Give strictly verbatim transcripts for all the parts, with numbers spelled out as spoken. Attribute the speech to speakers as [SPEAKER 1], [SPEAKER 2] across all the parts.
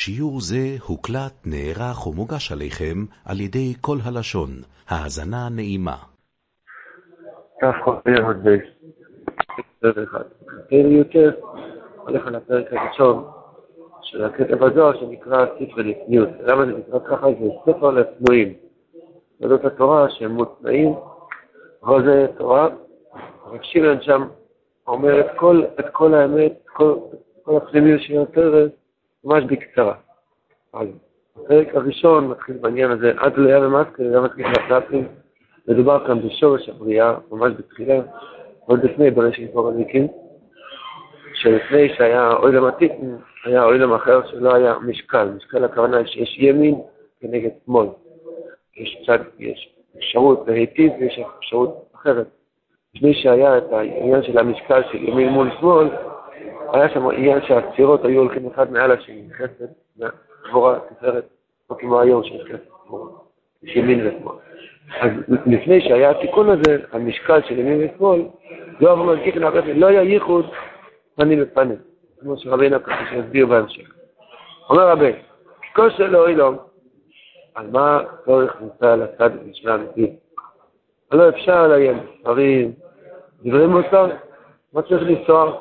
[SPEAKER 1] שיעור זה הוקלט, נערך ומוגש עליכם על ידי כל הלשון. האזנה נעימה.
[SPEAKER 2] תף חופר עוד בייס. פרק אחד. פרק יותר הולך על הפרק הראשון של הקטע בזוהר שנקרא ספר לפניות. למה זה נקרא ככה? זה ספר לפנויים. זאת התורה שהם מותנאים, אבל זה תורה. רק שילן שם אומר את כל, את כל האמת, את כל, כל הפנימיות של הפרק, ממש בקצרה. אז הפרק הראשון מתחיל בעניין הזה, עד לאה ומסקל, לאה מתחיל להפלטים, מדובר כאן בשורש הבריאה, ממש בתחילה, עוד לפני בראשית פורניקים, שלפני שהיה אוילם עתיק, היה אוילם אחר שלא היה משקל. משקל הכוונה שיש ימין כנגד שמאל. יש צד, יש אפשרות להיטיב ויש אפשרות אחרת. לפני שהיה את העניין של המשקל של ימין מול שמאל, היה שם עניין שהצירות היו הולכים אחד מעל השני, חסד, גבורה, תפארת, לא כמו היום שיש חסד, גבורה, יש ימין ושמאל. אז לפני שהיה התיקון הזה, המשקל של ימין ושמאל, לא עבור מזכיק נעבד, לא היה ייחוד פנים בפנים, כמו שרבינו ככה שהסביר בהמשך. אומר רבי, כל שלא אילום, על מה צורך נמצא על הצד בשביל האמיתי? לא אפשר לעיין ספרים, דברים מוסר, מה צריך לנסוע?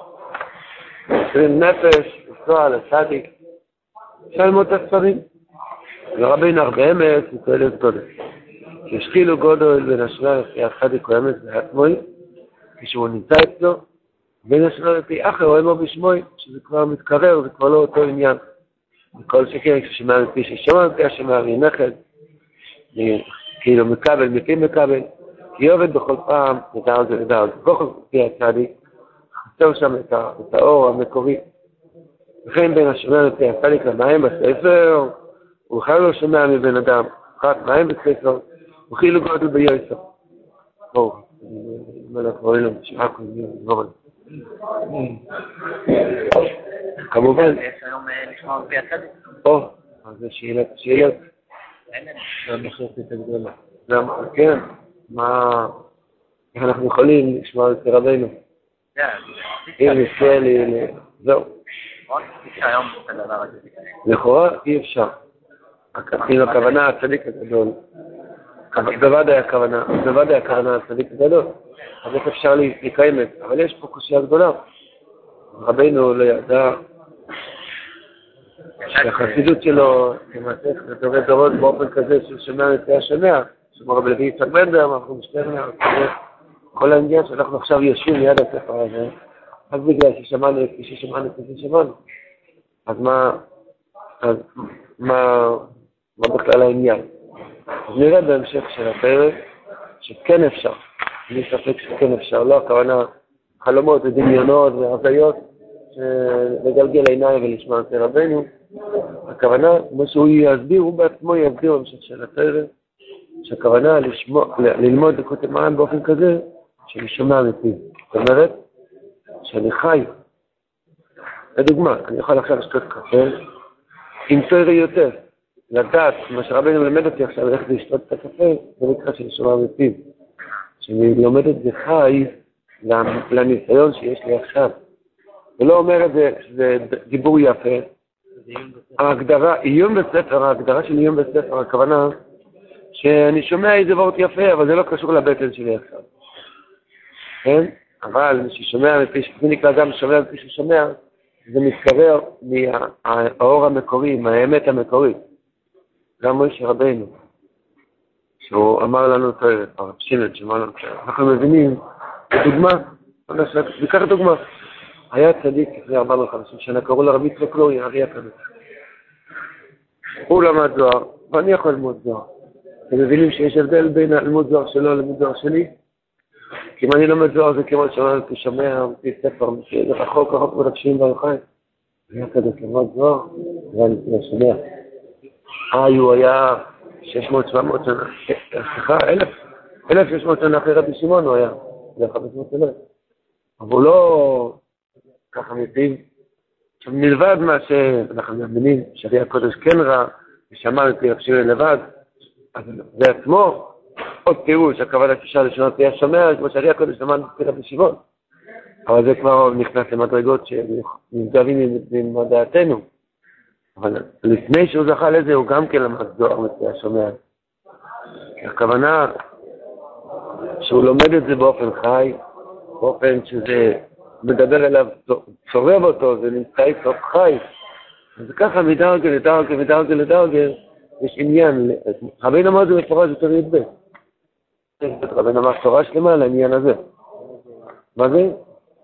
[SPEAKER 2] דברים נפש, לנסוע על הצדיק, אפשר ללמוד את הספרים. ורבינו הרבה אמת, הוא קורא את גודל. כששקילו גודל בין השנה לפי הצדיק הוא אמת בעצמוי, כשהוא נמצא אצלו, בין השנה לפי אחר הוא אמו בשמוי, שזה כבר מתקרר, זה כבר לא אותו עניין. וכל שכן, כששמע לפי ששמע לפי השמע וינכד, כאילו מקבל, מפי מקבל, כי עובד בכל פעם, נדע זה נדע, בכל לפי הצדיק, חסר שם את, ה, את האור המקורי. וכן בין השמע לפי הצדיק למים בספר, הוא בכלל לא שומע מבן אדם, אחת מים בספר, הוא חילו גודל ביועסר. בואו, מלך רואים, שרק הוא נבור. כמובן.
[SPEAKER 3] יש היום לשמוע על פי הצדיק.
[SPEAKER 2] או, אז זה שאלות, שאלות. זה המחשבת הגדולה. כן, מה, איך אנחנו יכולים לשמוע על פי רבינו? אם נזכה לי, זהו.
[SPEAKER 3] אפשר היום את הדבר הזה.
[SPEAKER 2] לכאורה אי אפשר. כאילו הכוונה הצדיק הגדול. בוודאי היה הכוונה, בוודאי הכוונה הצדיק הגדול. אז איך אפשר לקיים את זה? אבל יש פה קושיה גדולה. רבינו לא ידע שהחסידות שלו כמעטף לדורי דורות באופן כזה שהוא שומע לפי השומע, שמור רבי לוי יצחק בנדר, אנחנו משתכנע, כל העניין שאנחנו עכשיו יושבים ליד הספר הזה, רק בגלל ששמענו לפי ששמענו לפי ששמענו. אז מה, אז מה, מה בכלל העניין? אז נראה בהמשך של הפרק שכן אפשר, בלי ספק שכן אפשר, לא הכוונה חלומות ודמיונות והזיות לגלגל עיניים ולשמוע את רבינו. הכוונה, כמו שהוא יסביר, הוא בעצמו יסביר במשך של הפרק, שהכוונה לשמוע, ללמוד לקוטי מים באופן כזה שאני שומע מפיו. זאת אומרת, שאני חי. לדוגמה, אני יכול עכשיו לשתות קפה, עם תוירי יותר, לדעת, מה שרבינו מלמד אותי עכשיו, איך לשתות את הקפה, זה נקרא שאני שומע מפיו. שאני לומד את זה חי לניסיון שיש לי עכשיו. ולא אומר את זה, זה דיבור יפה. ההגדרה, עיון בספר, ההגדרה של עיון בספר, הכוונה שאני שומע איזה וורט יפה, אבל זה לא קשור לבטן שלי עכשיו. כן? אבל מי ששומע מפי, זה נקרא גם שומע מפי ששומע, זה מתקרר מהאור המקורי, מהאמת המקורית. גם מוישה רבינו, שהוא אמר לנו תוארת, הרב שילד שאמר לנו תוארת. אנחנו מבינים, דוגמה, ניקח דוגמה. היה צדיק לפני ארבע מאות וחמישים שנה, קראו לרבי יצחק לורי, אריה הקדוש. הוא למד זוהר, ואני יכול ללמוד זוהר. אתם מבינים שיש הבדל בין הלמוד זוהר שלו ללמוד זוהר שלי? כי אם אני לומד זוהר זה כמו שאומרתי שומע, מפי ספר, מפי רחוק, רחוק מרקשים ברחיים. אריה הקדוש למד זוהר, ואני שומע. אה, הוא היה שש מאות שבע מאות שנה, סליחה, אלף, אלף שש מאות שנה אחרי רבי שמעון הוא היה, זה חמש מאות שנה. אבל הוא לא ככה מפיו. עכשיו מלבד מה שאנחנו מאמינים שאריה הקודש כן רע, ושמע מפי רבי שמעון לבד, אז זה עצמו עוד תיאור שהכוונה שאפשר לשמוע מפי השומע, כמו שאריה הקודש למד מפי רבי שמעון. אבל זה כבר נכנס למדרגות שנשגבים ממדעתנו. אבל לפני שהוא זכה לזה הוא גם כן למד זוהר מציע שומע. הכוונה שהוא לומד את זה באופן חי, באופן שזה מדבר אליו, צורב אותו, זה נמצא איתו חי. אז ככה מדרגל לדרגל מדרגל לדרגל יש עניין. רבינו אמר זה מפורש יותר י"ב. רבינו אמר תורה שלמה על העניין הזה. מה זה?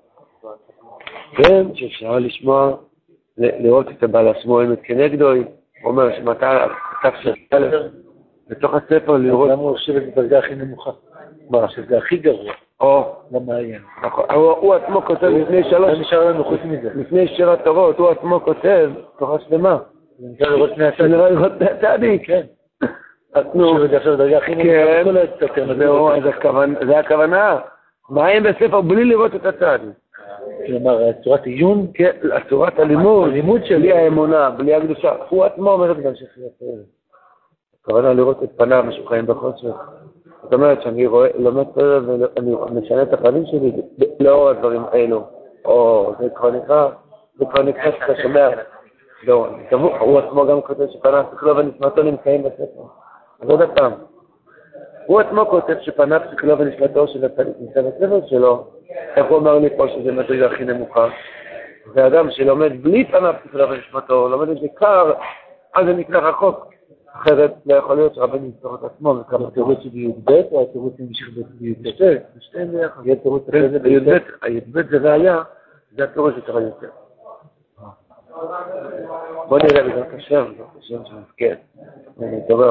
[SPEAKER 2] כן, שאפשר לשמוע, לראות את הבעל עצמו אמת כנגדו. הוא אומר שמתה כתב שרקל בתוך הספר לראות...
[SPEAKER 4] למה הוא חושב את הדרגה הכי נמוכה? מה, שזה הכי גרוע?
[SPEAKER 2] או,
[SPEAKER 4] למעיין.
[SPEAKER 2] הוא עצמו כותב לפני שלוש...
[SPEAKER 4] נשאר לנו חוץ מזה.
[SPEAKER 2] לפני שיר התורות, הוא עצמו כותב תורה שלמה.
[SPEAKER 4] זה נקרא לראות פני הצדיק.
[SPEAKER 2] נראה לראות פני הצדיק.
[SPEAKER 4] כן.
[SPEAKER 2] נו,
[SPEAKER 4] חושב את זה עכשיו הדרגה הכי נמוכה.
[SPEAKER 2] זה הכוונה. מעיין בספר בלי לראות את הצדיק.
[SPEAKER 4] כלומר, צורת עיון?
[SPEAKER 2] כן, צורת הלימוד.
[SPEAKER 4] הלימוד שלי.
[SPEAKER 2] בלי האמונה, בלי הקדושה. הוא עצמו אומר את זה בהמשך יותר. הכוונה לראות את פניו משוחיים בחושך. זאת אומרת שאני רואה, לומד פרק ואני משנה את הפנים שלי לאור הדברים האלו. או, זה כבר נקרא, זה כבר נקרא שאתה שומע. לא, הוא עצמו גם כותב שפניו שכלו ונשמתו נמצאים בספר. אז עוד הפעם. הוא עצמו כותב שפניו שכלו ונשמתו של הצדיק נמצא בספר שלו. איך הוא אמר לי פה שזה מדרגה הכי נמוכה? זה אדם שלומד בלי פניו שכלו ונשמתו, לומד את זה קר, אז זה נקרא רחוק. אחרת לא יכול להיות שרבן יסתור את עצמו.
[SPEAKER 4] התירוץ של י"ב או התירוץ נמשך בי"ב?
[SPEAKER 2] שתי, שתי ביחד.
[SPEAKER 4] יהיה תירוץ אחרי זה
[SPEAKER 2] בי"ב, הי"ב זה ראיה, זה התירוץ יותר יותר. בוא נראה בגלל השם, בגלל השם שמפקד. אני מתעורר.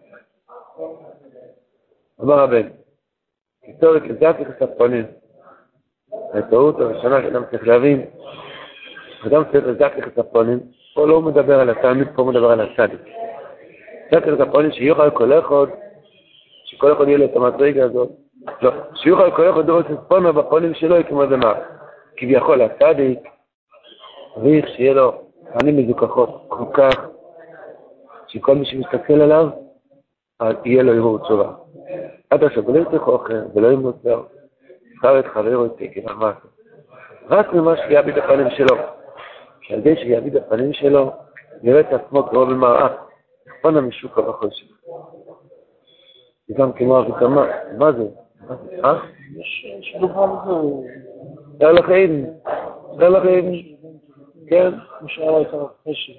[SPEAKER 2] אמר הבן, היסטורית לזעתי כספונים. הטעות הראשונה שאדם צריך להבין, אדם צריך לזעתי כספונים, פה לא מדבר על התלמיד, פה מדבר על הצדיק. זעתי כספונים שיוכל כל אחד, שכל אחד יהיה לו את המדרגה הזאת, לא, שיוכל כל אחד לראות את פונו בפונים שלו, כמו זה מה, כביכול הצדיק, צריך שיהיה לו פנים מזוכחות כל כך, שכל מי שמסתכל עליו, יהיה לו ערעור תשובה. עד עכשיו, ולא יצטרך אוכל, ולא ימוצר, שכר את חברו את תקן המעשה. רק ממה שיעביד הפנים שלו. שעל די שיעביד הפנים שלו, נראה את עצמו קרוב במראה, פונה משוק הבחוש. זה גם כמו אביתמה, מה זה? אה?
[SPEAKER 4] יש דוגמה לזה.
[SPEAKER 2] תאר לכם, תאר לכם, כן?
[SPEAKER 4] משאר הייתה חשב.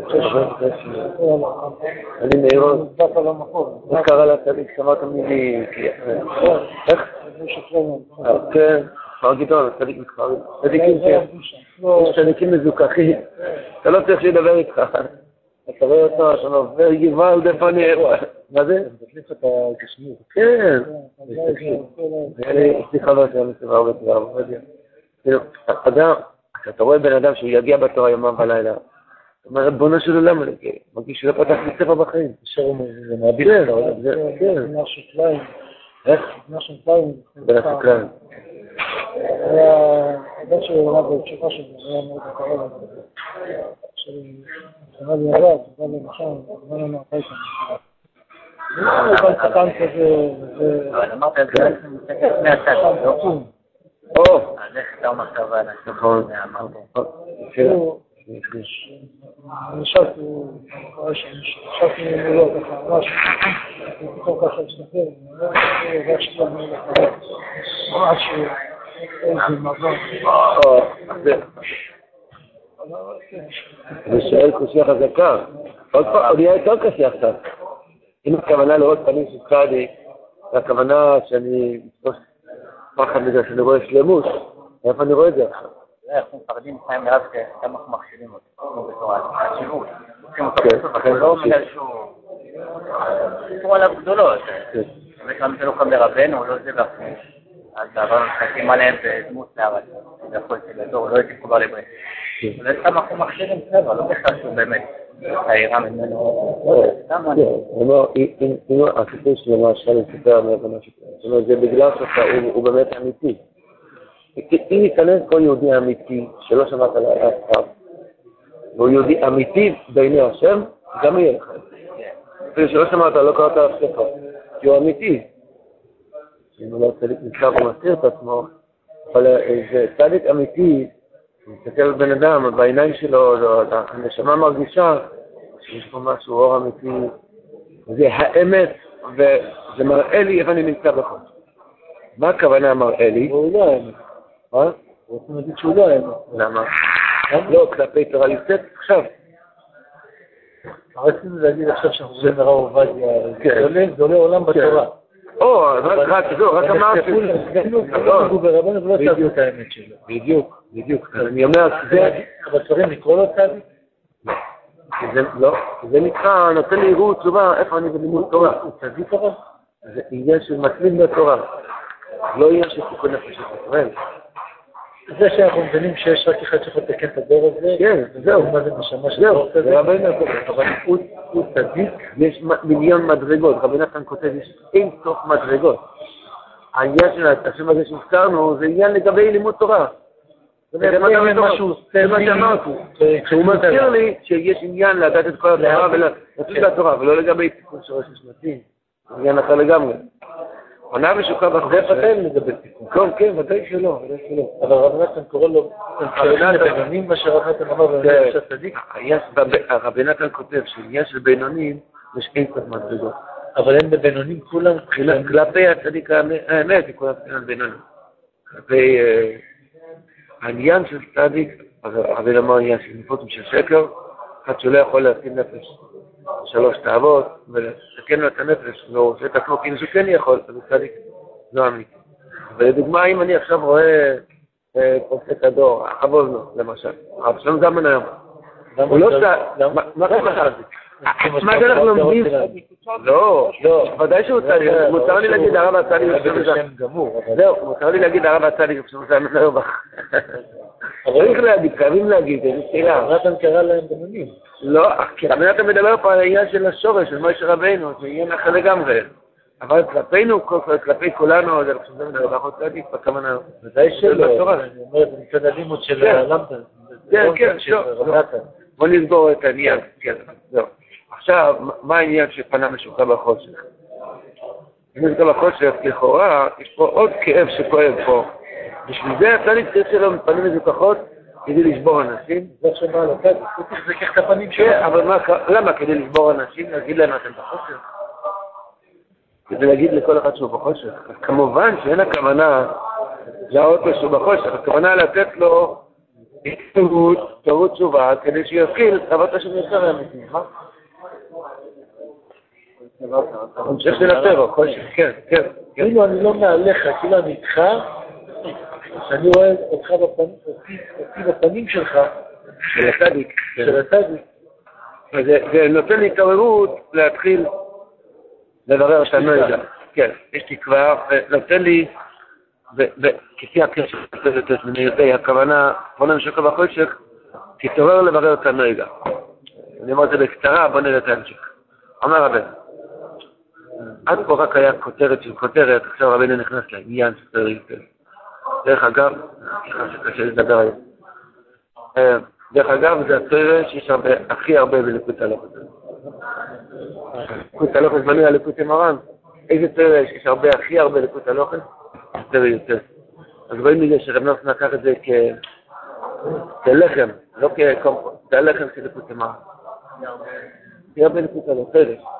[SPEAKER 2] אני נעירות.
[SPEAKER 4] נדבק על המקום.
[SPEAKER 2] מה קרה לצדיק? שמעת מילי? איך? כן, כבר גדול, צדיק מתחרים. צדיקים כן. יש צדיקים מזוכחים. אתה לא צריך שידבר איתך. אתה רואה אותו, אתה עובר גבעל דפני אירוע. מה זה?
[SPEAKER 4] אתה תחליף את הגשמיות.
[SPEAKER 2] כן. יש לי חבר שלנו סביבה הרבה סביבה הרבה. אדם, כשאתה רואה בן אדם שהוא יגיע בתורה יומם ולילה, זאת אומרת, בונה של עולם, מרגיש שלא פתח מספר בחיים.
[SPEAKER 4] זה מעביד לך,
[SPEAKER 2] זה, כן.
[SPEAKER 4] בנה של קליים.
[SPEAKER 2] איך?
[SPEAKER 4] בנה של קליים.
[SPEAKER 2] בנה של קליים.
[SPEAKER 4] היה, הבן שלי למד בתשובה שלו, היה מאוד מקרוב לזה. כשאני לי הרב, בא לי משם, בא לי מהבית. הוא בא קטן כזה,
[SPEAKER 3] אבל אמרת את זה לפני הצד, לא?
[SPEAKER 2] או!
[SPEAKER 3] אז איך אתה אומר עכשיו על
[SPEAKER 2] נכון.
[SPEAKER 4] אני שאלתי, הוא קרא שאלתי מולו ככה, ממש, פתאום ככה להסתכל, אני לא חושב שאני הולך לראות, ממש איזה מבוא.
[SPEAKER 2] זה שואל קושיה חזקה. עוד פעם, עוד יהיה יותר קשה עכשיו. אם הכוונה לראות פנים של צדיק, הכוונה שאני פחד מזה שאני רואה שלמות, איפה אני רואה את זה עכשיו?
[SPEAKER 3] אנחנו מפחדים לפעמים מרב כמה אנחנו מחשיבים אותו, כמו בתורה, חשיבות. עושים אותו בסוף, אבל לא בגלל שהוא... סיפור עליו גדולות. וכמה שלא קם לרבנו, הוא לא זה בפני. אז עברנו מסתכלים עליהם בדמות נערת. זה יכול להיות לדור, לא הייתי כבר לברית. וזה סתם אנחנו מחשיבים סבא, לא בכלל שהוא באמת. העירה ממנו... סתם אני...
[SPEAKER 2] אם הסיפור שלו למשל לספר מהבנה שכן. זאת אומרת, זה בגלל שהוא באמת אמיתי. אם ייכנס כל יהודי אמיתי שלא שמעת על אף פעם, והוא יהודי אמיתי בעיני השם, גם יהיה לך. אפילו שלא שמעת, לא קראת על ספר, כי הוא אמיתי. אם הוא לא צדיק נשאר ומסתיר את עצמו, אבל זה צדיק אמיתי, הוא מסתכל על בן אדם, בעיניים שלו, הנשמה מרגישה שיש פה משהו אור אמיתי, זה האמת, וזה מראה לי איפה אני נמצא בכל. מה הכוונה מראה לי?
[SPEAKER 4] הוא לא האמת.
[SPEAKER 2] מה?
[SPEAKER 4] הוא רוצה להגיד שהוא לא האמת.
[SPEAKER 2] למה? לא, כלפי תורה יוצאת עכשיו.
[SPEAKER 4] רצינו להגיד עכשיו שאנחנו עושים לרב עובדיה, זה עולה עולם בתורה.
[SPEAKER 2] או, רק זו, רק אמרתי.
[SPEAKER 4] ברבנו ולא תעשו את האמת שלו.
[SPEAKER 2] בדיוק, בדיוק. אני אומר,
[SPEAKER 4] אבל צריכים לקרוא לו צדיק?
[SPEAKER 2] לא, זה נקרא, נותן לי עירות תשובה, איפה אני בלימוד תורה.
[SPEAKER 4] הוא צדיק אבל?
[SPEAKER 2] זה עניין של מצליב בתורה. לא עניין של תיקון נפש של ישראל.
[SPEAKER 4] זה שאנחנו מבינים שיש רק אחד שיכול לתקן את הדור הזה,
[SPEAKER 2] כן, זהו.
[SPEAKER 4] מה זה נשמה של דור כזה?
[SPEAKER 2] אבל הוא צדיק, יש מיליון מדרגות. רבי נתן כותב, יש אין סוף מדרגות. העניין של השם הזה שהזכרנו, זה עניין לגבי לימוד תורה. זה מה שאמרתי. הוא מזכיר לי שיש עניין לדעת את כל התורה ולהתחיל לתורה, ולא לגבי תיקון שורש השנתיים. זה עניין אחר לגמרי. עונה ושוקה בחושך.
[SPEAKER 4] זה פתאום לגבי תיקון.
[SPEAKER 2] כן, כן, ודאי שלא, ודאי שלא.
[SPEAKER 4] אבל רב נתן קורא לו, בינונים, מה שרב נתן אמר, בינונים של צדיק.
[SPEAKER 2] רבי נתן כותב שעניין של בינונים, יש אין סוף מדרגות.
[SPEAKER 4] אבל הם בבינונים כולם,
[SPEAKER 2] כלפי הצדיק האמת, זה כולם בינונים. כלפי העניין של צדיק, רבי אמר עניין של נפות ושל שקר, אחד שלא יכול להשים נפש שלוש תאוות, ולתקן לו את הנפש, והוא עושה את עצמו כאילו שכן יכול, אז הוא צדיק, לא אמיתי. ולדוגמה, אם אני עכשיו רואה פוסק הדור, חבוזנו, למשל, הרב שלום זמן היום, הוא לא צדיק, מה קורה צדיק? מה זה אנחנו לומדים? לא, לא, ודאי שהוא צדיק, מותר לי להגיד הרב הצדיק, זהו, מותר לי להגיד הרב הצדיק, שהוא זמן היום. צריך להגיד, חייבים להגיד, איזו שאלה.
[SPEAKER 4] רבן קרא להם בינונים.
[SPEAKER 2] לא, כי רבי נתן מדבר פה על העניין של השורש, של משה רבינו, זה עניין אחר לגמרי. אבל כלפינו, כלפי כולנו, זה חושב שזה מדבר עוד צדיק, בכוונה.
[SPEAKER 4] ודאי שלא, אני אומרת, זה מצד הלימוד של הלמדן.
[SPEAKER 2] כן, כן, בוא נסגור את העניין. עכשיו, מה העניין שפנה משוקע בחושך? אם משוקע בחושך, לכאורה, יש פה עוד כאב שכואב פה. בשביל זה הצדיק צריך שלו פנים מזוכחות כדי לשבור אנשים.
[SPEAKER 4] זה שבא לצדיק, הוא תחזקח את הפנים שלו.
[SPEAKER 2] אבל למה? כדי לשבור אנשים, להגיד להם אתם בחושך? כדי להגיד לכל אחד שהוא בחושך. כמובן שאין הכוונה להראות לו שהוא בחושך, הכוונה לתת לו התעוררות, תעוררות תשובה, כדי שיתחיל לעבוד השם יותר אמיתי. אני חושב שנתר, חושך, כן, כן.
[SPEAKER 4] כאילו אני לא מעליך, כאילו אני איתך, שאני רואה אותך בפנים, אותי בפנים שלך,
[SPEAKER 2] של הצדיק,
[SPEAKER 4] של הצדיק.
[SPEAKER 2] זה נותן לי התעוררות להתחיל לברר את הנויגה. כן, יש לי כבר, נותן לי, כפי הקשר לתת מניותי, הכוונה, בוא נמשוך בחושך, תתעורר לברר את הנויגה. אני אומר את זה בקצרה, בוא נראה את ההמשך. אומר רבן, עד פה רק היה כותרת של כותרת, עכשיו רבנו נכנס לעניין של פרק. דרך אגב, שקשה לדבר היום. דרך אגב, זה הפרק שיש הרבה, הכי הרבה בליקוט הלוחת. ליקוט הלוחת בנוי על ליקוט מרן. איזה פרק שיש הרבה, הכי הרבה בליקוט הלוחת? יותר ויותר. אז רואים מזה שרב נוסן לקח את זה כלחם, לא כקומפוסט, זה הלחם של ליקוט מרן. הכי הרבה ליקוט הלוחת.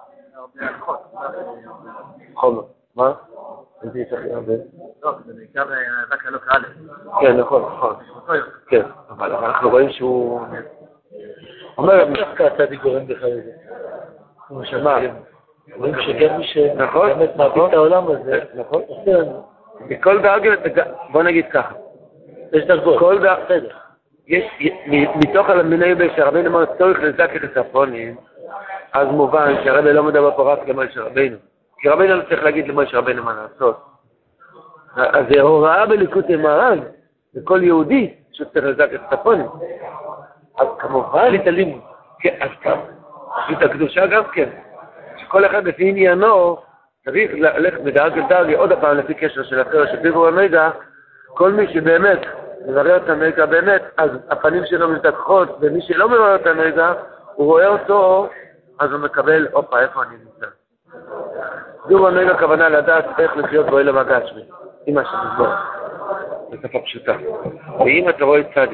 [SPEAKER 2] חומר. מה? איזה יש הכי הרבה?
[SPEAKER 3] לא, זה בעיקר רק הלא קרא לזה.
[SPEAKER 2] כן, נכון, נכון. כן, אבל אנחנו רואים שהוא... אומר...
[SPEAKER 4] דווקא הצדיק גורם בכלל לזה.
[SPEAKER 2] מה?
[SPEAKER 4] רואים שגם מי שבאמת מעביד את העולם הזה,
[SPEAKER 2] נכון? בכל דרגה, בוא נגיד ככה.
[SPEAKER 4] יש דרגות.
[SPEAKER 2] כל דרגה. יש, מתוך הלמיני שרבינו אמר צורך לזקק את הצפונים, אז מובן שהרבי לא מדבר פה רק למשה רבינו. כי רבינו לא צריך להגיד למשה רבינו מה לעשות. אז זה הוראה בליקוטי מרן, לכל יהודי שצריך לזקק את הצפונים. אז כמובן,
[SPEAKER 4] ליטלימוד.
[SPEAKER 2] כן, אז כמה. את הקדושה גם כן. שכל אחד לפי עניינו צריך ללכת בדרג אל דרגי, עוד הפעם לפי קשר של אחר שפירו הנגע, כל מי שבאמת מברר את הנגע באמת, אז הפנים שלו מזדכחות, ומי שלא מברר את הנגע, הוא רואה אותו, אז הוא מקבל, אופה, איפה אני נמצא? פירו הנגע הכוונה לדעת איך לחיות בו אלה מגשמי, אמא שנסבור, בשפה פשוטה. ואם אתה רואה צדיק,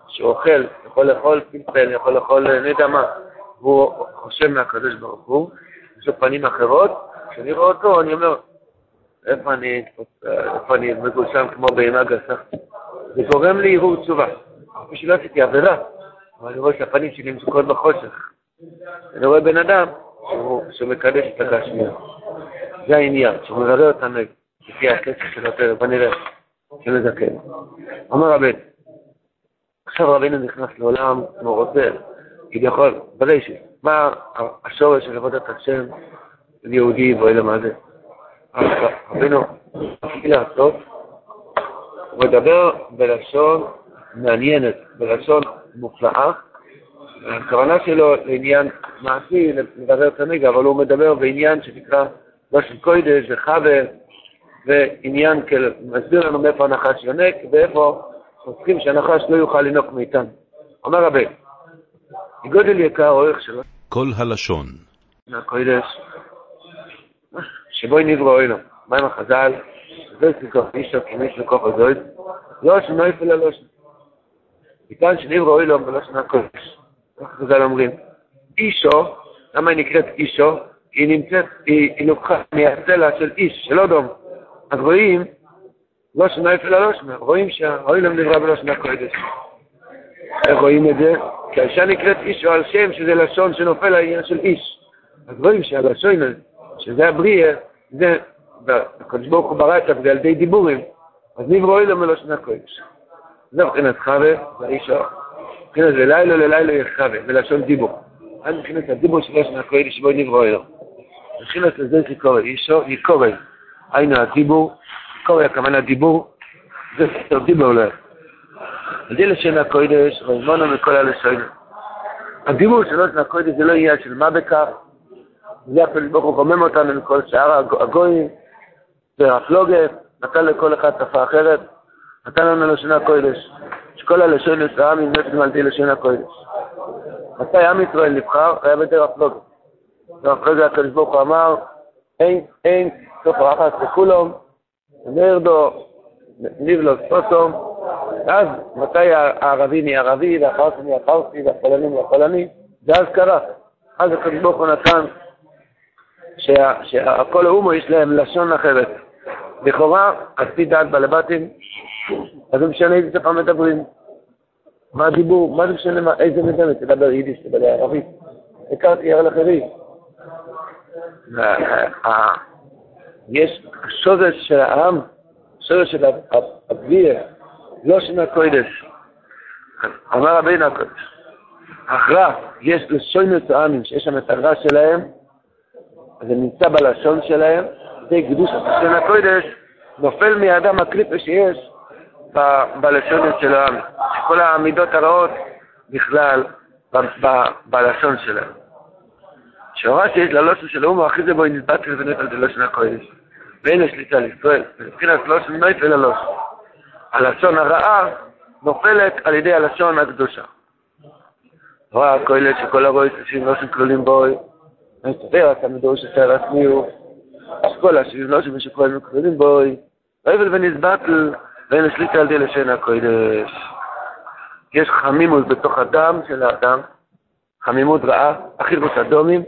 [SPEAKER 2] שהוא אוכל, יכול לאכול פלפל, יכול לאכול נדע מה, והוא חושב מהקדוש ברוך הוא, יש לו פנים אחרות, כשאני רואה אותו אני אומר, איפה אני, איפה אני מגושם כמו בהמה גסה? זה גורם לי ערעור תשובה. בשביל לא עשיתי עבירה, אבל אני רואה שהפנים שלי מסוכות בחושך. אני רואה בן אדם שהוא, שהוא מקדש את הגשמיות. זה העניין, שהוא מברר אותנו לפי הקצב של יותר, בוא נראה, של לזקן. אומר רבן, עכשיו רבנו נכנס לעולם כמו רוצה, כביכול, בראשית, מה השורש של עבודת השם של יהודי ואלה מה זה? רבנו, התחיל לעשות, הוא מדבר בלשון מעניינת, בלשון מופלאה, הכוונה שלו לעניין מעשי, לדבר את הנגע, אבל הוא מדבר בעניין שנקרא לשון קודש וחבר, ועניין כל, מסביר לנו מאיפה הנחש יונק, ואיפה חוסכים שהנחש לא יוכל לנוק מאיתנו. אומר רבי, גודל יקר אורך שלו,
[SPEAKER 1] כל הלשון,
[SPEAKER 2] מהקודש, שבו נברא אלו, מה עם החז"ל? זה סיכוך אישו כמיש לכוח הזויד, לא שנויף אלא לא שנויף. מכאן שנברא אלו בלשון הקודש. כך חז"ל אומרים, אישו, למה היא נקראת אישו? היא נמצאת, היא, היא לוקחה מהצלע של איש, של אודום. אז רואים, לא שנויף אלא לא שנויף, רואים שהאילם נברא בלשון הקודש. איך רואים את זה? כי האישה נקראת אישו על שם שזה לשון שנופל העניין של איש. אז רואים שהלשון הזה, שזה הבריאה, זה, הקדוש ברוך הוא ברא את זה על ידי דיבורים, אז נברא אלו מלשון הקודש. זה מבחינת חווה, זה אישו, מבחינת זה לילה ללילה יחווה, בלשון דיבור. עד מבחינת הדיבור של לשון הקודש שבו נברא אלו. מבחינת לזה שקורא אישו, יקורא, היינו הדיבור, קורא הכוונה דיבור, זה סתר דיבור הולך. על ידי לשון הקודש, רמונו מכל הלשון. הדיבור של לשון הקודש זה לא יהיה של מה בכך, זה הקדוש ברוך הוא רומם אותנו מכל שאר הגויים, והפלוגת, נתן לכל אחד שפה אחרת, נתן לנו לשון הקודש, שכל הלשון העם נמלטים על ידי לשון הקודש. מתי עם ישראל נבחר? היה בדרך הפלוגת. והפלוגת הקדוש ברוך הוא אמר, אין, אין, סוף רחס לכולם, נרדו, נבלו ספוסום, אז מתי הערבי נהיה ערבי, והפרסי נהיה פרסי, והפולני נהיה פולני, זה אז קרה. אז הקדוש ברוך הוא נתן שהכל האומו יש להם לשון אחרת. לכאורה, על פי דעת בלבטים, אז זה משנה איזה שפה מדברים. מה הדיבור, מה זה משנה, איזה מדבר, תדבר יידיש, תדבר ערבית. הכרתי על אחרים. יש השורש של העם, השורש של הבריאה, לא של הקודש. אמר רבינו הקודש. אחרא, יש לשונות העמים שיש שם את הרע שלהם, אז זה נמצא בלשון שלהם, זה קדוש לשון הקודש, נופל מהאדם הקליפה שיש ב- בלשון של העם. כל העמידות הרעות בכלל ב- ב- בלשון שלהם. שהורא שיש ללושן של האומו, אחרי זה בו נתבט לבנות על זה לשון הקודש. ואין השליטה לישראל, מבחינת לשון נויף אלא לשון. הלשון הרעה נופלת על ידי הלשון הקדושה. רואה הכולל שכל הרואי תשים לא שכלולים בוי, נסתבר, אתה מדור שתאר עצמיו, שכל השבים לא שמשכולים כלולים בוי, ואיבל ונסבטל, ואין השליטה על די לשון הקודש. יש חמימות בתוך הדם של האדם, חמימות רעה, אחירות אדומים,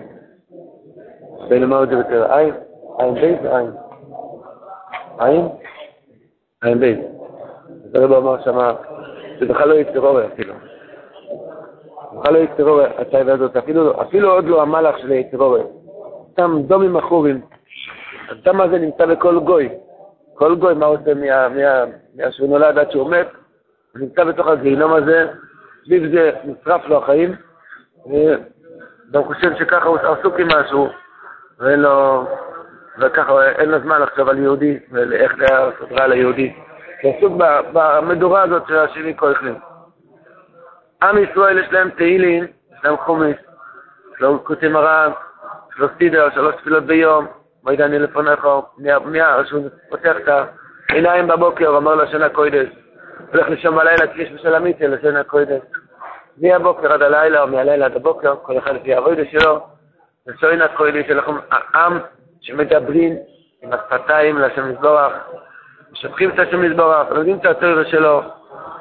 [SPEAKER 2] בין אמר את זה בתר עין, עין בית ועין. עין? עין בית. זה רב אמר שמה, זה בכלל לא יצטרור אפילו. בכלל לא יצטרור הצייבה הזאת, אפילו, אפילו עוד לא המלאך של יצטרור. סתם דומים אחורים. הדם הזה נמצא בכל גוי. כל גוי, מה עושה מה, מה, מה שהוא נולד עד שהוא מת, הוא נמצא בתוך הגיהינום הזה, סביב זה נשרף לו החיים, והוא חושב שככה הוא עסוק עם משהו, ואין לו, וככה אין לו זמן לחשוב על יהודי, ואיך לעשות רע ליהודי. הוא עסוק במדורה הזאת של השני כהנים. עם ישראל יש להם תהילים, יש להם חומש, יש לו כותב מרן, יש לו סדר, שלוש תפילות ביום, מועד אני לפניך, מיד, שהוא פותח את העיניים בבוקר, הוא אמר לשון הקודש, הולך לשם בלילה, כי יש בשל המיצה לשון הקודש. מהבוקר עד הלילה, או מהלילה עד הבוקר, כל אחד לפי העבודה שלו, לשון הקודש, אנחנו העם שמדברים עם השפתיים לשם מזבורך, משפחים את השם מזבורך, לומדים את התורה שלו,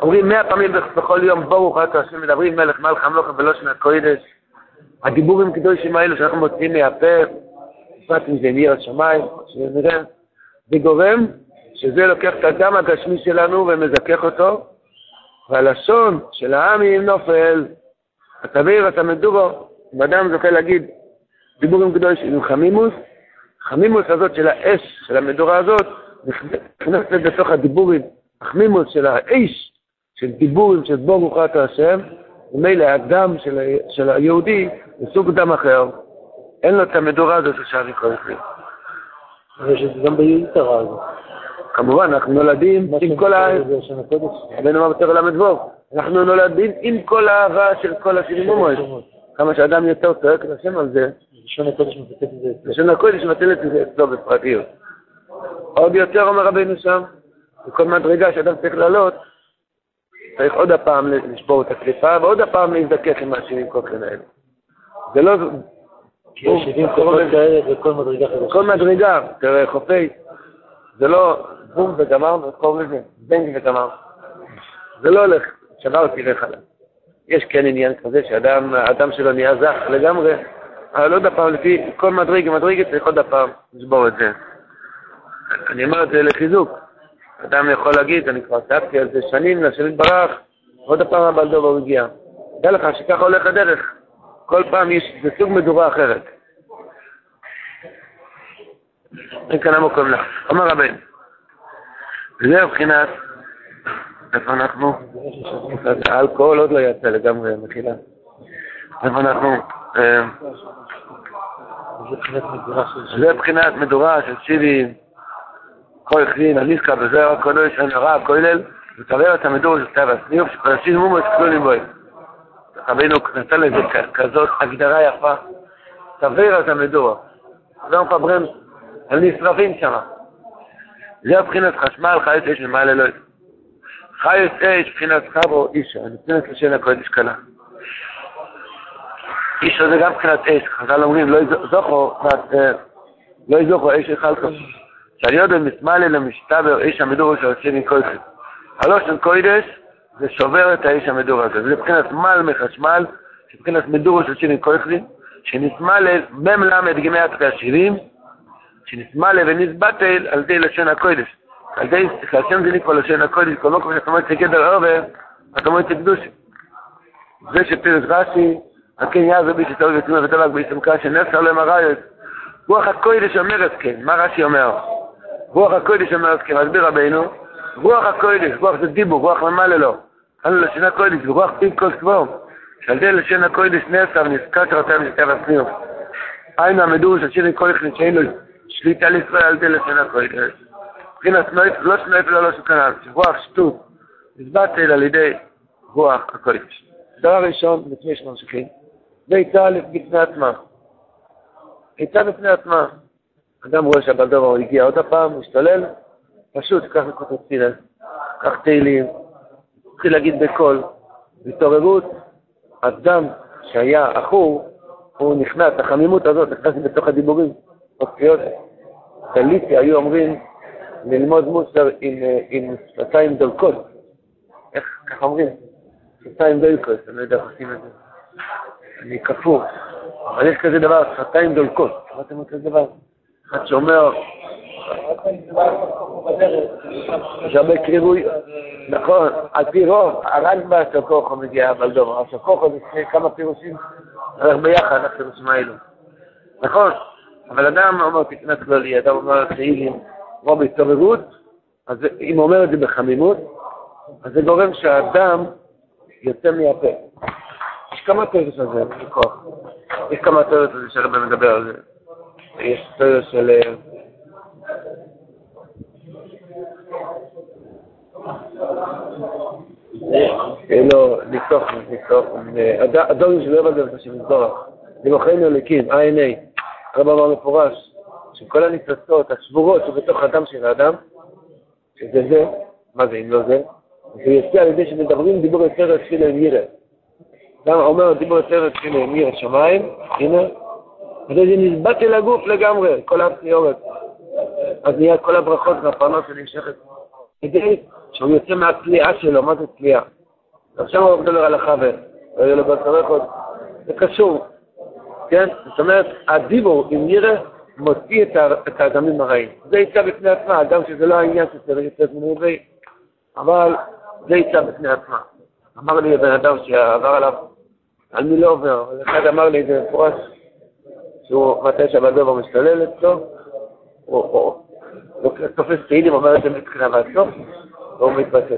[SPEAKER 2] אומרים מאה פעמים בכל יום, ברוך אתה השם, מדברים מלך מלך המלוך בלושן הקודש. הדיבורים קדושים האלו שאנחנו מוצאים מהפה, בפרט אם זה נהיה השמיים, שנראה, זה גורם שזה לוקח את הדם הגשמי שלנו ומזכך אותו, והלשון של העמים נופל. התביר, אתה מדובו, אם אדם זוכה להגיד דיבורים קדושים עם חמימוס, חמימוס הזאת של האש, של המדורה הזאת, נכנסת בתוך הדיבורים, החמימוס של האש, של דיבורים של ברוך אתה השם, ומילא הדם של, של היהודי הוא סוג דם אחר. אין לו את המדורה הזאת ששארי כל אחד.
[SPEAKER 4] יש את זה גם ביתרה הזאת.
[SPEAKER 2] כמובן, אנחנו נולדים עם כל ה... הבן אמר בתור למדבור. אנחנו נולדים עם כל האהבה של כל השירים ומועד. כמה שאדם יותר צועק לשם על זה, לשון הקודש מבטלת את זה. לשון הקודש מבטלת את זה אצלו בפרטיות. עוד יותר אומר רבינו שם, בכל מדרגה שאדם צריך לעלות, צריך עוד הפעם לשבור את הקליפה, ועוד הפעם להזדכך עם השירים כל כאלה. זה לא...
[SPEAKER 4] כי יש שבעים קולות כאלה בכל מדרגה חדשה.
[SPEAKER 2] כל מדרגה, תראה, חופי, זה לא בום וגמר, קוראים לזה, בנג וגמר. זה לא הולך, שבר תירך עליו. יש כן עניין כזה שאדם, האדם שלו נהיה זך לגמרי, אבל עוד הפעם, לפי כל מדרגה, מדרגה צריך עוד הפעם לשבור את זה. אני אומר את זה לחיזוק. אדם יכול להגיד, אני כבר סעבתי על זה שנים, לשם יתברך, עוד הפעם הבלדובה הוא הגיע. דע לך שככה הולך הדרך. כל פעם יש, זה סוג מדורה אחרת. אין כאן המקום לך. אומר רבן, וזה מבחינת, איפה אנחנו? האלכוהול עוד לא יצא לגמרי, מחילה. איפה אנחנו? זה מבחינת מדורה של שבעים, כל הכרין, הניסקה בזר, הקודש, הנראה, הכולל, ותבר את המדור של כתב הסניוף, שפרשים מומות כלולים בוי. רבינו נתן לזה כזאת הגדרה יפה, תבר את המדור. לא מפברים על נשרפים שם. זה הבחינת חשמל, חיות אש ומעל אלוהי. חיות אש, בחינת חברו, אישה, נתנת לשן הקודש קלה. אישה זה גם בחינת אש, חז"ל אומרים, לא יזוכו, לא יזוכו אש אחד כזה. שאני יודע מסמל אל המשתבר איש המדור של השם מקודש. הלא של קודש זה שובר את האיש המדור הזה. זה מבחינת מל מחשמל, מבחינת מדור של השם מקודש, שנסמל אל במלמד גמי התחי השירים, שנסמל אל ונסבטל על די לשון הקודש. על די, כשהשם זה נקרא לשון הקודש, כל מקום שאתה מועצת גדר עובר, אתה מועצת קדוש. זה שפירש רש"י, הכן יעזר בי שתאוי ותאוי ותלג בישמקה שנפסר להם הרעיות. רוח הקודש אומרת כן, מה רש"י אומר? רוח הקודש אומרת כן, מסביר רבינו, רוח הקודש, רוח זה דיבור, רוח ממלא לו. אנו לשון הקודש, רוח פיו כל סבור. שעל די לשון הקודש נפסר ונזכר שרתם שתיו הסניוף. היינו המדור של שירים כל אחד שאין לו שליטה לישראל על די לשון הקודש. מבחינת סנויף, לא סנויף אלא לא שכנל, שרוח שטות, נזבטל על ידי רוח הקודש. דבר ראשון, לפני שממשיכים, זה יצא לפני עצמה. יצא לפני עצמה. אדם רואה שהבלדובה הוא הגיע עוד הפעם, הוא השתולל, פשוט כך לקרוא תפילה, כך תהילים, התחיל להגיד בקול, בהתעוררות, אדם שהיה אחור, הוא נכנס, החמימות הזאת, נכנס בתוך הדיבורים, בקריאות, דליטי היו אומרים, ללמוד מוסר עם, עם שפתיים דולקות. איך כך אומרים? שפתיים דולקות, אני לא יודע איך עושים את זה. אני כפור. אבל יש כזה דבר, שפתיים דולקות. שמעתם על כזה דבר? אחד שאומר, יש הרבה קרירוי, נכון, על פי רוב, הרנב"א השוקוכו מגיע הבלדובה. השוקוכו זה כמה פירושים, הולך ביחד, אנחנו נשמענו. נכון, אבל אדם אומר תקנת כללי, אדם אומר תהילים, כמו בהתעוררות, אז אם הוא אומר את זה בחמימות, אז זה גורם שהאדם יוצא מהפה. יש כמה תירוש על זה, בכוח. יש כמה תירוש על זה שהרבה מדבר על זה. יש תירוש של... לא, ניסוך, ניסוך. הדורים שלא יבוא זה שמזדורך. למוכרנו לקים, עין אי. הרבה אמר מפורש. שכל הניסוצות, השבורות שבתוך הדם של האדם, שזה זה, מה זה אם לא זה? זה יוצא על ידי שמדברים דיבור יותר התחיל עם ירא. גם אומר דיבור יותר התחיל עם ירא שמיים, הנה, וזה נסבט אל הגוף לגמרי, כל הפניורת. אז נהיה כל הברכות והפרנות שנמשכת כדי שהוא יוצא מהצליעה שלו. מה זה צליעה? עכשיו הוא מדבר על החבר, לא לו בצורכות, זה קשור, כן? זאת אומרת, הדיבור עם ירא מוציא את האדמים הרעים. זה יצא בפני עצמה, גם שזה לא העניין שצריך יצא בפני עברי, אבל זה יצא בפני עצמה. אמר לי בן אדם שעבר עליו, על מי לא עובר, אחד אמר לי את זה מפורש, שהוא מתי שהבדובר משתולל אצלו, הוא תופס תהילים, אומר את זה מתחילה והסוף, והוא מתבטא.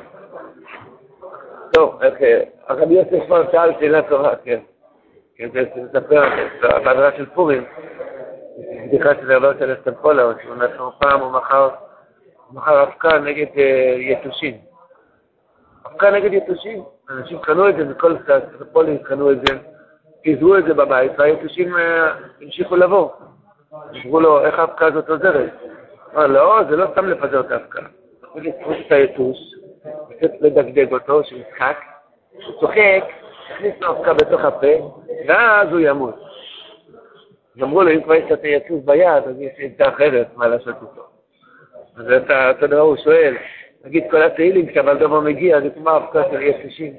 [SPEAKER 2] טוב, הרבי יוסף כבר שאל שאלה טובה, כן. כן, זה מספר, בעברה של פורים, בדיחה שזה עבר של אסטמפולה, שהוא נתנו פעם, הוא מחר אבקה נגד יתושים. אבקה נגד יתושים, אנשים קנו את זה, מכל אסטמפולים קנו את זה, פיזרו את זה בבית, והיתושים המשיכו לבוא. אמרו לו, איך האבקה הזאת עוזרת? אמר, לא, זה לא סתם לפזר את האבקה. הוא לתפוס את היתוש, קצת לדגדג אותו, שמשחק, הוא צוחק, הכניס לו אבקה בתוך הפה, ואז הוא ימות. אמרו לו, אם כבר יש את היתוש ביד, אז יש את אחרת, מה לעשות איתו. אז אתה, אתה דבר, הוא שואל, נגיד כל התהילים, כשאבל דובר מגיע, זה כמו אבקה של יתושים.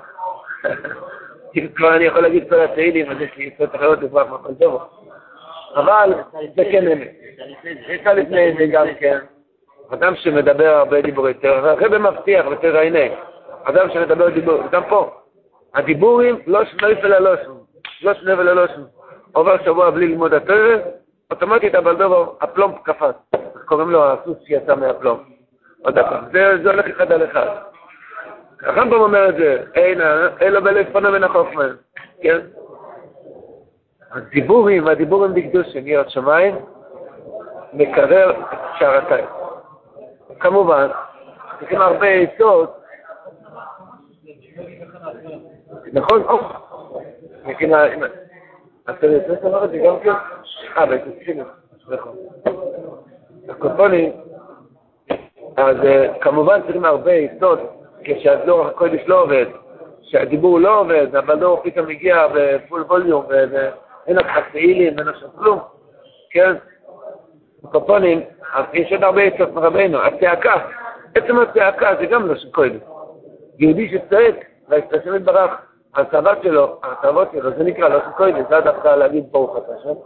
[SPEAKER 2] כבר אני יכול להגיד כל התהילים, אז יש לי יצאות אחרות לברח מאבל דובר. אבל זה כן אמת. יש לה לפני זה גם כן. אדם שמדבר הרבה דיבור יותר, אחרי במבטיח, ותראה, אדם שמדבר דיבור, גם פה. הדיבורים לא שני וללושן, לא שני וללושן. עובר שבוע בלי ללמוד התורה, אוטומטית אבל דובר, הפלום קפץ. קוראים לו, הסוס יצא מהפלום. עוד הפעם. זה הולך אחד על אחד. הרמב"ם אומר את זה, אין, אין לו בלב פונה מן החוכמה. כן? הדיבורים, הדיבורים בקדוש של יראת שמיים, מקרר את שערתיים. כמובן, צריכים הרבה עצות. נכון? או, מכינה, אתה רוצה לומר את זה גם כן? אה, בעצם, שינו, נכון. הקופונים, אז כמובן צריכים הרבה עצות, כשהדור הקודש לא עובד, שהדיבור לא עובד, אבל לא פתאום מגיע בפול ווליום, ואין לך תהילים, אין לך כלום, כן? הקופונים, יש עוד הרבה עצות מרבנו, הצעקה, עצם הצעקה זה גם לא של קודש. יהודי שצועק, והשתשם יתברך, הצוות שלו, הצוות שלו, זה נקרא לא של קודש, זה דווקא להגיד ברוך אתה שם.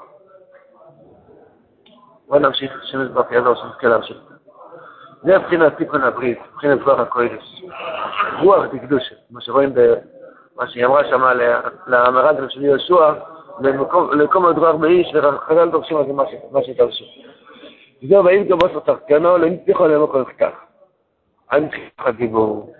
[SPEAKER 2] בוא נמשיך, שם יתברך יעזור שנזכה להמשיך. זה מבחינת תיקון הברית, מבחינת כוח הקודש. רוח דקדושה, מה שרואים במה שהיא אמרה שם למרד של יהושע, למקום הדרוח באיש, וחז"ל דורשים על זה מה שתרשו. זהו, ואם גבוס ותחתנו, לא נצליחו למקום כך. אין תחיך הדיבור.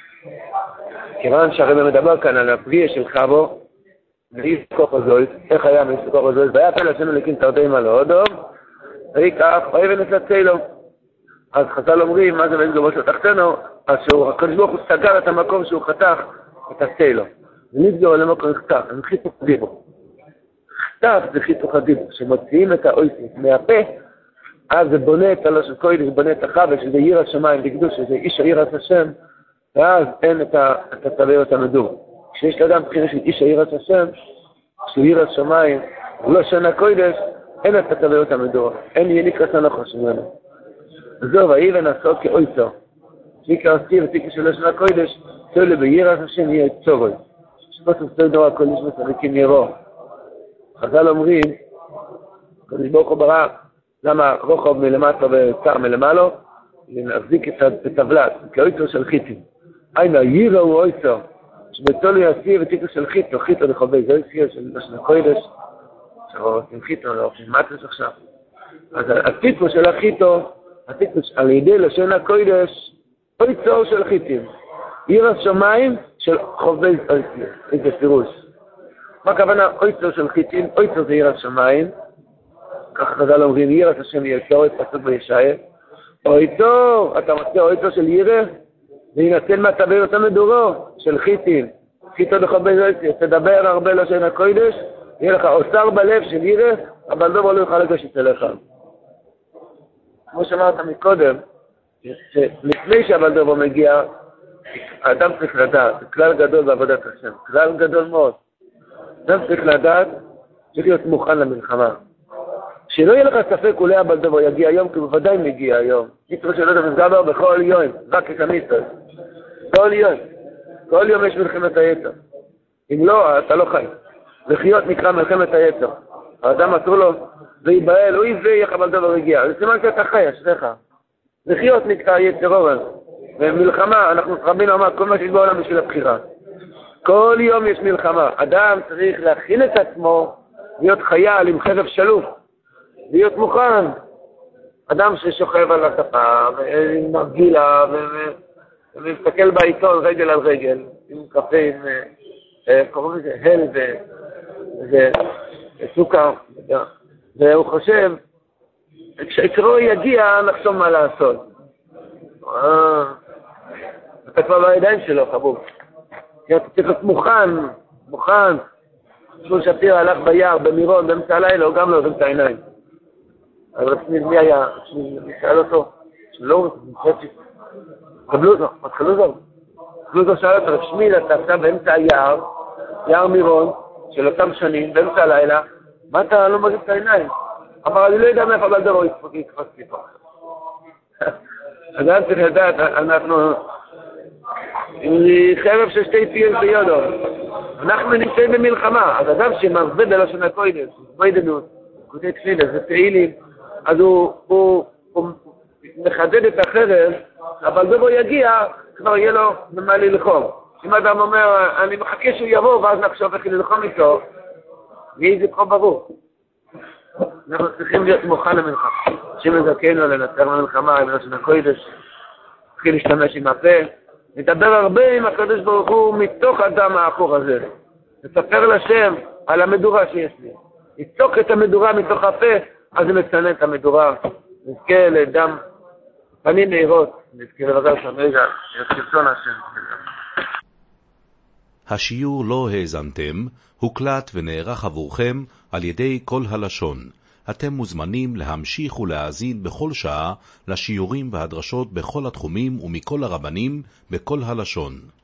[SPEAKER 2] כיוון שהרבא מדבר כאן על הפרי של חבו, ואיס כוח הזויס, איך היה מאיס כוח הזויס, והיה פלא שנו לקין תרדי מה לא הודו, ואי כך, ואי ונצלצי לו. אז חז"ל אומרים, מה זה ואין גבוס ותחתנו, אז שהקדוש ברוך הוא סגר את המקום שהוא חתך, ותעשה לו. ונצגרו למקום כך, הם חיתוך דיבור. חתך זה חיתוך הדיבור, שמוציאים את האויסים מהפה, אז זה בונה את הלא של קודש, זה בונה את החווה, שזה יראת שמיים בקדוש, שזה איש היראת השם, ואז אין את התוויות המדור. כשיש לאדם בחירה של איש היראת השם, שהוא יראת שמיים, ולא שן הקודש, אין את התוויות המדור. אין יניק רצון החוש ממנו. וזהו, ואי ונעשו כאויצו. שיקרא עשי ותיקה של לשון הקודש, צאו ביראת השם יהיה צורוי. שפוס וסתוי דור הקודש וסריקים ירו. חז"ל אומרים, קודש ברוך הוא ברא, למה רוחב מלמטה וצר מלמעלו, להחזיק את הטבלת, כאויצו של חיטים. היינו, יירו הוא אויצו, שבתולו יעשי ותיקו של חיטו, חיטו לחובי, זה אויציה של לשון הקודש, שעושים חיטו, לא עושים מטוס עכשיו. אז הטיפו של החיטו, הטיפו על ידי לשון הקודש, אויצו של חיטים. יראת שמיים של חובי אויציה, איזה פירוש. מה הכוונה אויצו של חיטים? אויצו זה יראת שמיים, כך חז"ל אומרים, יראת השם יצור, את פסוק בישעיה. אויצו, אתה מציע אויצו של ירא, וינצל מהתוויות המדורו של חיטים. חיטו לחובי אויציה, תדבר הרבה לשון הקודש, יהיה לך אוצר בלב של ירא, אבל דובר לא יוכל לגשת אליך. כמו שאמרת מקודם, שלפני שהבל דובר מגיע, האדם צריך לדעת, זה כלל גדול בעבודת השם, כלל גדול מאוד. אדם צריך לדעת, צריך להיות מוכן למלחמה. שלא יהיה לך ספק אולי הבעל דבר יגיע היום, כי הוא ודאי מגיע היום. מצווה שלא תמסגבר בכל יום, רק את המצווה. כל יום. כל יום יש מלחמת היצר. אם לא, אתה לא חי. לחיות נקרא מלחמת היצר. האדם אסור לו, ויבהל, אוי ואיך הבעל דבר הגיע. זה סימן שאתה חי, אשריך. לחיות נקרא יצר אורן. ומלחמה, אנחנו רבינו אמר, כל מה שיש בעולם בשביל הבחירה. כל יום יש מלחמה. אדם צריך להכין את עצמו, להיות חייל עם חרב שלוף. להיות מוכן. אדם ששוכב על הספה, עם מרגילה, ומסתכל בעיתון רגל על רגל, עם קפה, עם, קוראים לזה, הל וסוכר, והוא חושב, כשעקרו יגיע, נחשוב מה לעשות. אתה כבר בידיים שלו, חבוב. אתה צריך להיות מוכן, מוכן. שמואל שפירא הלך ביער, במירון, באמצע הלילה, הוא גם לא עובד את העיניים. אז רציני, מי היה? שאל אותו, שלא, קבלו זו, מתחלו זו. קבלו זו שאל אותו, שמואל, אתה עכשיו באמצע היער, יער מירון, של אותם שנים, באמצע הלילה, מה אתה לא מגיב את העיניים? אמר, אני לא יודע מאיפה בעל דבר יקפוץ לי פה. אדם צריך לדעת, אנחנו, עם חרב של שתי פיהם ביודו, אנחנו נמצאים במלחמה, אז אדם שמרבה בלשון הקודש, בוידנות, כותב תפילה, זה פעילים, אז הוא, הוא, הוא מחדד את החרב, אבל בבוא יגיע, כבר יהיה לו במה ללחום. אם אדם אומר, אני מחכה שהוא יבוא, ואז נחשוב איך ללחום איתו, יהיה זה כבר ברור. אנחנו צריכים להיות מוכן למלחמה. שמזכנו לנצר במלחמה, עם לשון הקודש, התחיל להשתמש עם הפה, נדבר הרבה עם הקדוש ברוך הוא מתוך הדם האחור הזה. נספר לשם על המדורה שיש לי. נצוק את המדורה מתוך הפה, אז זה מצנן את המדורה. נזכה לדם פנים מהירות, נזכה לבזר שם רגע, יצרצון השם.
[SPEAKER 1] השיעור לא האזנתם, הוקלט ונערך עבורכם על ידי כל הלשון. אתם מוזמנים להמשיך ולהאזין בכל שעה לשיעורים והדרשות בכל התחומים ומכל הרבנים בכל הלשון.